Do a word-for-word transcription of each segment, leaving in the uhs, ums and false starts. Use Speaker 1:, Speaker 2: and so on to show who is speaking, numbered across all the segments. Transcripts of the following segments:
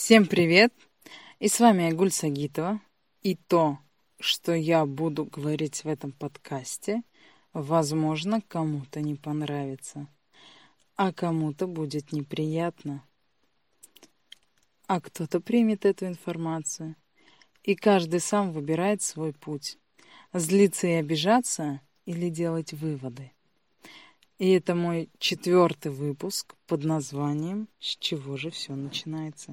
Speaker 1: Всем привет! И с вами Айгуль Сагитова. И то, что я буду говорить в этом подкасте, возможно, кому-то не понравится, а кому-то будет неприятно. А кто-то примет эту информацию. И каждый сам выбирает свой путь. Злиться и обижаться или делать выводы. И это мой четвертый выпуск под названием «С чего же все начинается?».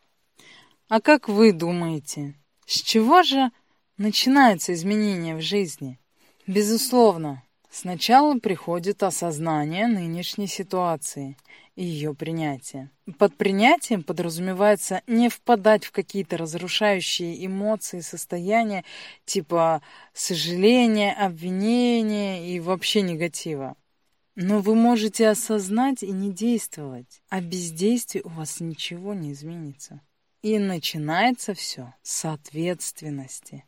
Speaker 1: А как вы думаете, с чего же начинаются изменения в жизни? Безусловно, сначала приходит осознание нынешней ситуации и ее принятие. Под принятием подразумевается не впадать в какие-то разрушающие эмоции, состояния типа сожаления, обвинения и вообще негатива. Но вы можете осознать и не действовать, а без действий у вас ничего не изменится. И начинается все с ответственности.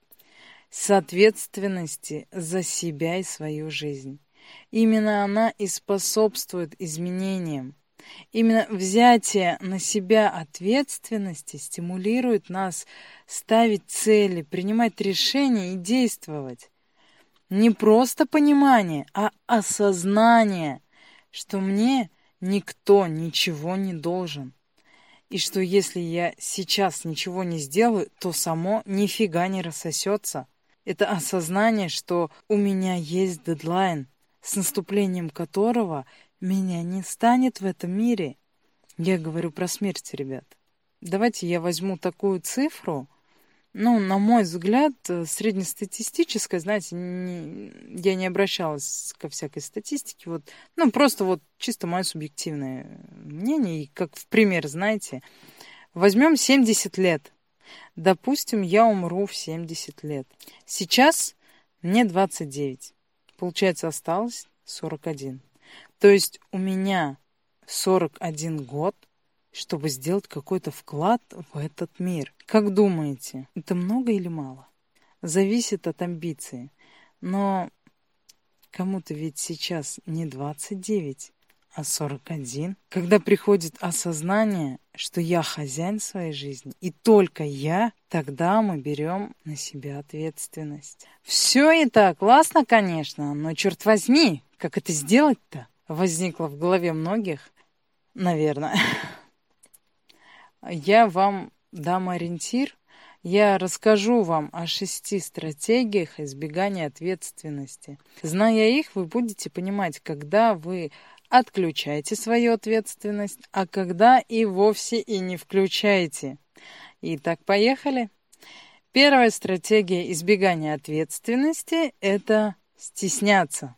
Speaker 1: С ответственности за себя и свою жизнь. Именно она и способствует изменениям. Именно взятие на себя ответственности стимулирует нас ставить цели, принимать решения и действовать. Не просто понимание, а осознание, что мне никто ничего не должен. И что если я сейчас ничего не сделаю, то само нифига не рассосется. Это осознание, что у меня есть дедлайн, с наступлением которого меня не станет в этом мире. Я говорю про смерть, ребят. Давайте я возьму такую цифру. Ну, на мой взгляд, среднестатистическая, знаете, не, я не обращалась ко всякой статистике, вот, ну, просто вот чисто мое субъективное мнение, и как в пример, знаете, возьмем семьдесят лет, допустим, я умру в семьдесят лет, сейчас мне двадцать девять, получается, осталось сорок один, то есть у меня сорок один год, чтобы сделать какой-то вклад в этот мир. Как думаете, это много или мало? Зависит от амбиции. Но кому-то ведь сейчас не двадцать девять, а сорок один. Когда приходит осознание, что я хозяин своей жизни, и только я, тогда мы берем на себя ответственность. Все это классно, конечно, но черт возьми, как это сделать-то? Возникло в голове многих, наверное. Я вам дам ориентир, я расскажу вам о шести стратегиях избегания ответственности. Зная их, вы будете понимать, когда вы отключаете свою ответственность, а когда и вовсе и не включаете. Итак, поехали. Первая стратегия избегания ответственности – это стесняться.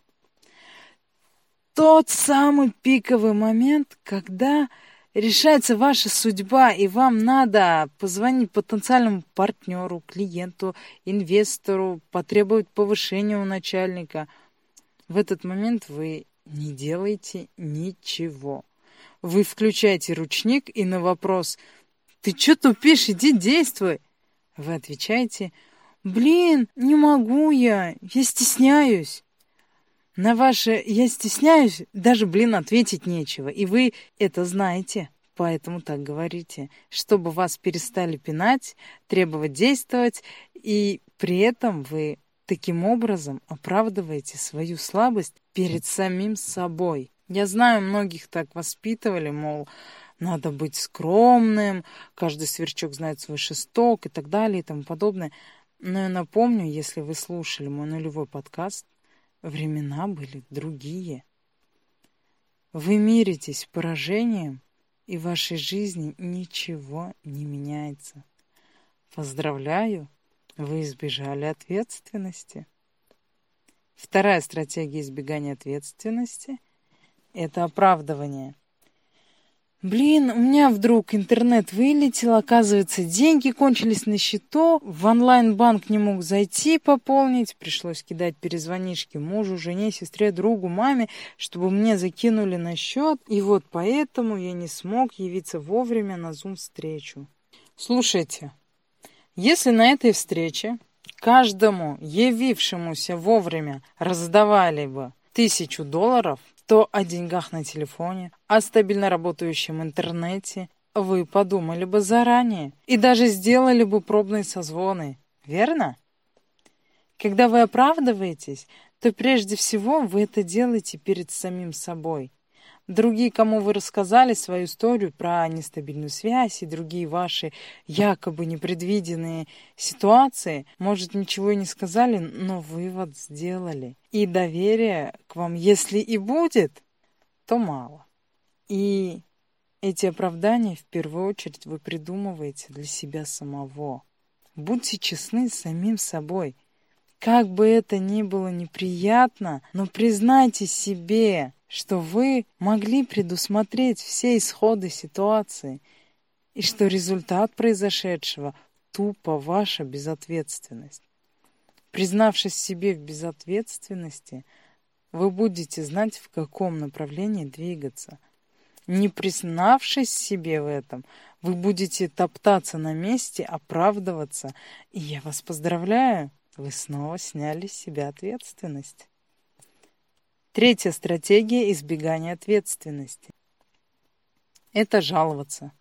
Speaker 1: Тот самый пиковый момент, когда решается ваша судьба, и вам надо позвонить потенциальному партнеру, клиенту, инвестору, потребовать повышения у начальника. В этот момент вы не делаете ничего. Вы включаете ручник, и на вопрос «Ты что тупишь? Иди действуй!» вы отвечаете «Блин, не могу я, я стесняюсь». На ваше «я стесняюсь» даже, блин, ответить нечего. И вы это знаете, поэтому так говорите. Чтобы вас перестали пинать, требовать действовать, и при этом вы таким образом оправдываете свою слабость перед самим собой. Я знаю, многих так воспитывали, мол, надо быть скромным, каждый сверчок знает свой шесток и так далее и тому подобное. Но я напомню, если вы слушали мой нулевой подкаст, времена были другие. Вы миритесь поражением, и в вашей жизни ничего не меняется. Поздравляю, вы избежали ответственности. Вторая стратегия избегания ответственности – это оправдывание. Блин, у меня вдруг интернет вылетел, оказывается, деньги кончились на счету, в онлайн-банк не мог зайти пополнить, пришлось кидать перезвонишки мужу, жене, сестре, другу, маме, чтобы мне закинули на счет, и вот поэтому я не смог явиться вовремя на зум-встречу. Слушайте, если на этой встрече каждому явившемуся вовремя раздавали бы тысячу долларов, то о деньгах на телефоне, о стабильно работающем интернете вы подумали бы заранее и даже сделали бы пробные созвоны, верно? Когда вы оправдываетесь, то прежде всего вы это делаете перед самим собой. Другие, кому вы рассказали свою историю про нестабильную связь и другие ваши якобы непредвиденные ситуации, может, ничего и не сказали, но вывод сделали. И доверие к вам, если и будет, то мало. И эти оправдания, в первую очередь, вы придумываете для себя самого. Будьте честны с самим собой. Как бы это ни было неприятно, но признайте себе, что вы могли предусмотреть все исходы ситуации, и что результат произошедшего тупо ваша безответственность. Признавшись себе в безответственности, вы будете знать, в каком направлении двигаться. Не признавшись себе в этом, вы будете топтаться на месте, оправдываться, и я вас поздравляю, вы снова сняли с себя ответственность. Третья стратегия избегания ответственности – это жаловаться.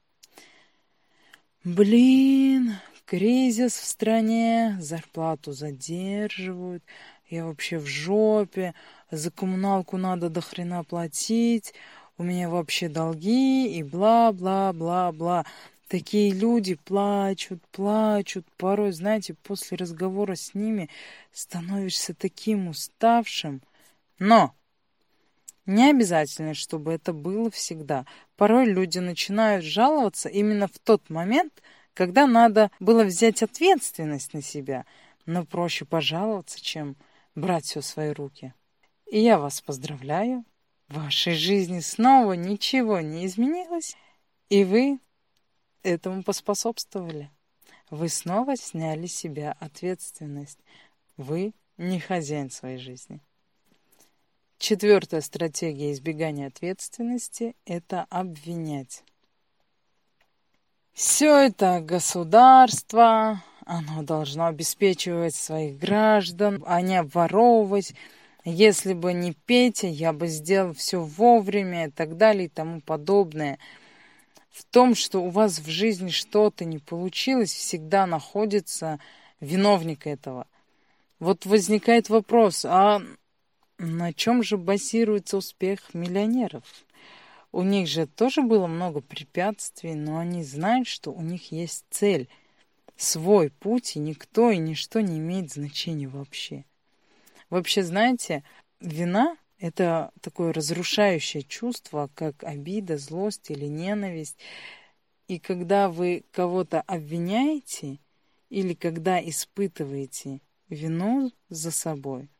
Speaker 1: Блин, кризис в стране, зарплату задерживают, я вообще в жопе, за коммуналку надо до хрена платить, у меня вообще долги и бла-бла-бла-бла. Такие люди плачут, плачут. Порой, знаете, после разговора с ними становишься таким уставшим. Но не обязательно, чтобы это было всегда. Порой люди начинают жаловаться именно в тот момент, когда надо было взять ответственность на себя. Но проще пожаловаться, чем брать все в свои руки. И я вас поздравляю. В вашей жизни снова ничего не изменилось, и вы этому поспособствовали. Вы снова сняли с себя ответственность. Вы не хозяин своей жизни. Четвертая стратегия избегания ответственности – это обвинять. Все это государство, оно должно обеспечивать своих граждан, а не обворовывать. Если бы не Петя, я бы сделал все вовремя и так далее и тому подобное. В том, что у вас в жизни что-то не получилось, всегда находится виновник этого. Вот возникает вопрос, а на чем же базируется успех миллионеров? У них же тоже было много препятствий, но они знают, что у них есть цель, свой путь, и никто и ничто не имеет значения вообще. Вообще, знаете, вина – это такое разрушающее чувство, как обида, злость или ненависть. И когда вы кого-то обвиняете или когда испытываете вину за собой,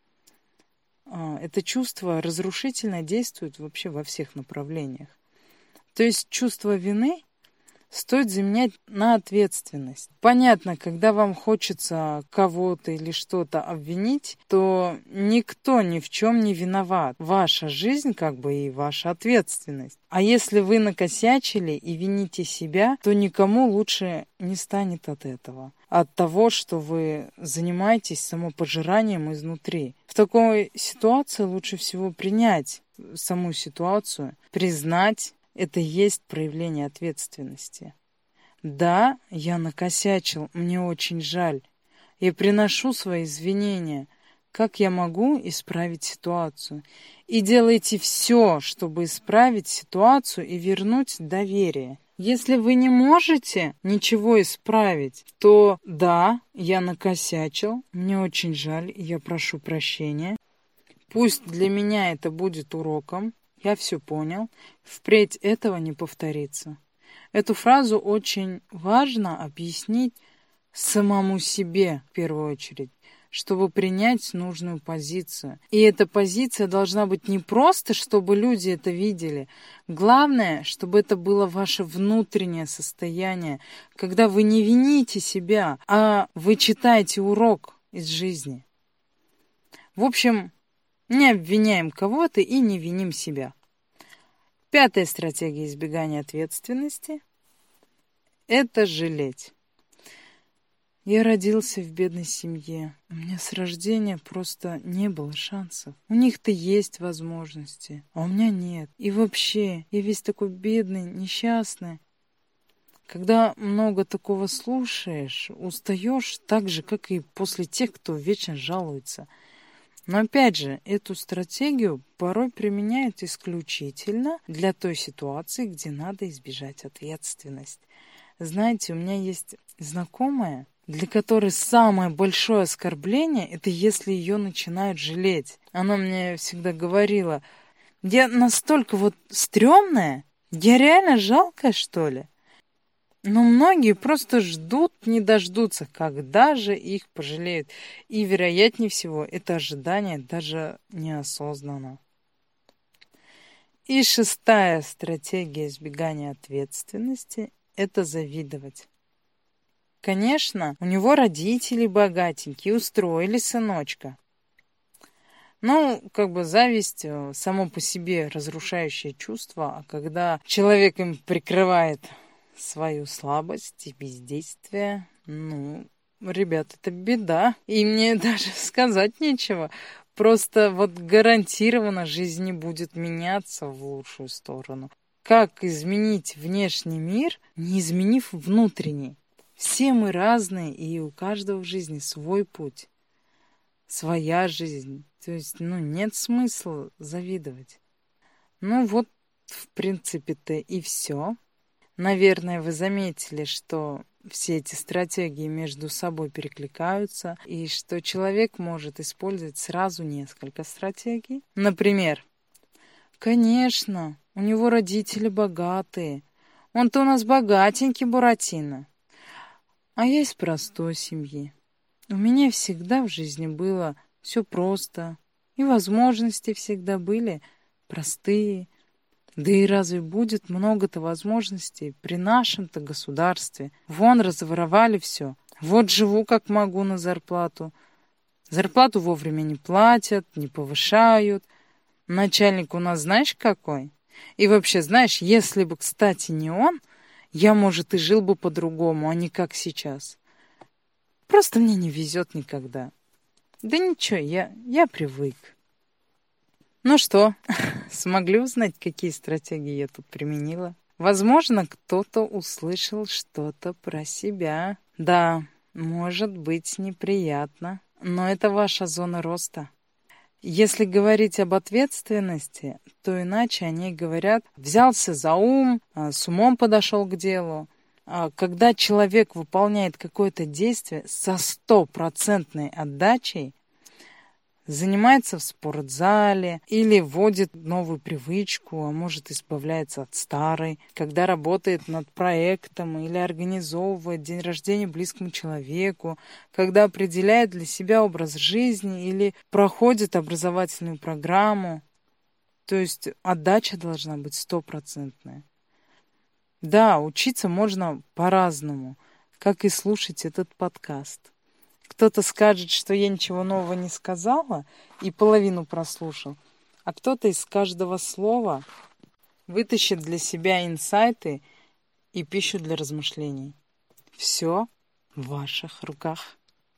Speaker 1: это чувство разрушительно действует вообще во всех направлениях. То есть чувство вины стоит заменять на ответственность. Понятно, когда вам хочется кого-то или что-то обвинить, то никто ни в чем не виноват. Ваша жизнь как бы и ваша ответственность. А если вы накосячили и вините себя, то никому лучше не станет от этого. От того, что вы занимаетесь самопожиранием изнутри. В такой ситуации лучше всего принять саму ситуацию, признать, это и есть проявление ответственности. Да, я накосячил, мне очень жаль. Я приношу свои извинения. Как я могу исправить ситуацию? И делайте все, чтобы исправить ситуацию и вернуть доверие. Если вы не можете ничего исправить, то да, я накосячил, мне очень жаль, я прошу прощения. Пусть для меня это будет уроком. Я все понял. Впредь этого не повторится. Эту фразу очень важно объяснить самому себе в первую очередь, чтобы принять нужную позицию. И эта позиция должна быть не просто, чтобы люди это видели. Главное, чтобы это было ваше внутреннее состояние, когда вы не вините себя, а вы читаете урок из жизни. В общем, не обвиняем кого-то и не виним себя. Пятая стратегия избегания ответственности – это жалеть. Я родился в бедной семье. У меня с рождения просто не было шансов. У них-то есть возможности, а у меня нет. И вообще, я весь такой бедный, несчастный. Когда много такого слушаешь, устаешь так же, как и после тех, кто вечно жалуется. Но опять же, эту стратегию порой применяют исключительно для той ситуации, где надо избежать ответственность. Знаете, у меня есть знакомая, для которой самое большое оскорбление — это если ее начинают жалеть. Она мне всегда говорила: я настолько вот стрёмная, я реально жалкая, что ли? Но многие просто ждут, не дождутся, когда же их пожалеют. И, вероятнее всего, это ожидание даже неосознанно. И шестая стратегия избегания ответственности — это завидовать. Конечно, у него родители богатенькие, устроили сыночка. Ну, как бы зависть само по себе разрушающее чувство, а когда человек им прикрывает свою слабость и бездействие, ну, ребят, это беда. И мне даже сказать нечего. Просто вот гарантированно жизнь не будет меняться в лучшую сторону. Как изменить внешний мир, не изменив внутренний? Все мы разные, и у каждого в жизни свой путь, своя жизнь. То есть, ну, нет смысла завидовать. Ну, вот, в принципе-то и все. Наверное, вы заметили, что все эти стратегии между собой перекликаются, и что человек может использовать сразу несколько стратегий. Например, конечно, у него родители богатые. Он-то у нас богатенький Буратино. А я из простой семьи. У меня всегда в жизни было все просто, и возможности всегда были простые. Да и разве будет много-то возможностей при нашем-то государстве? Вон разворовали все. Вот живу как могу на зарплату. Зарплату вовремя не платят, не повышают. Начальник у нас знаешь какой? И вообще, знаешь, если бы, кстати, не он, я, может, и жил бы по-другому, а не как сейчас. Просто мне не везет никогда. Да ничего, я, я привык. Ну что, смогли узнать, какие стратегии я тут применила? Возможно, кто-то услышал что-то про себя. Да, может быть неприятно, но это ваша зона роста. Если говорить об ответственности, то иначе они говорят: взялся за ум, с умом подошел к делу. Когда человек выполняет какое-то действие со стопроцентной отдачей, занимается в спортзале или вводит новую привычку, а может избавляется от старой, когда работает над проектом или организовывает день рождения близкому человеку, когда определяет для себя образ жизни или проходит образовательную программу. То есть отдача должна быть стопроцентная. Да, учиться можно по-разному, как и слушать этот подкаст. Кто-то скажет, что я ничего нового не сказала и половину прослушал, а кто-то из каждого слова вытащит для себя инсайты и пищу для размышлений. Все в ваших руках.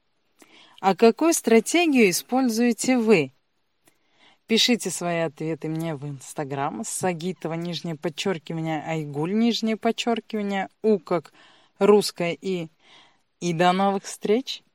Speaker 1: А какую стратегию используете вы? Пишите свои ответы мне в Инстаграм. Сагитова, нижнее подчеркивание, Айгуль, нижнее подчеркивание, У как русская и. И до новых встреч!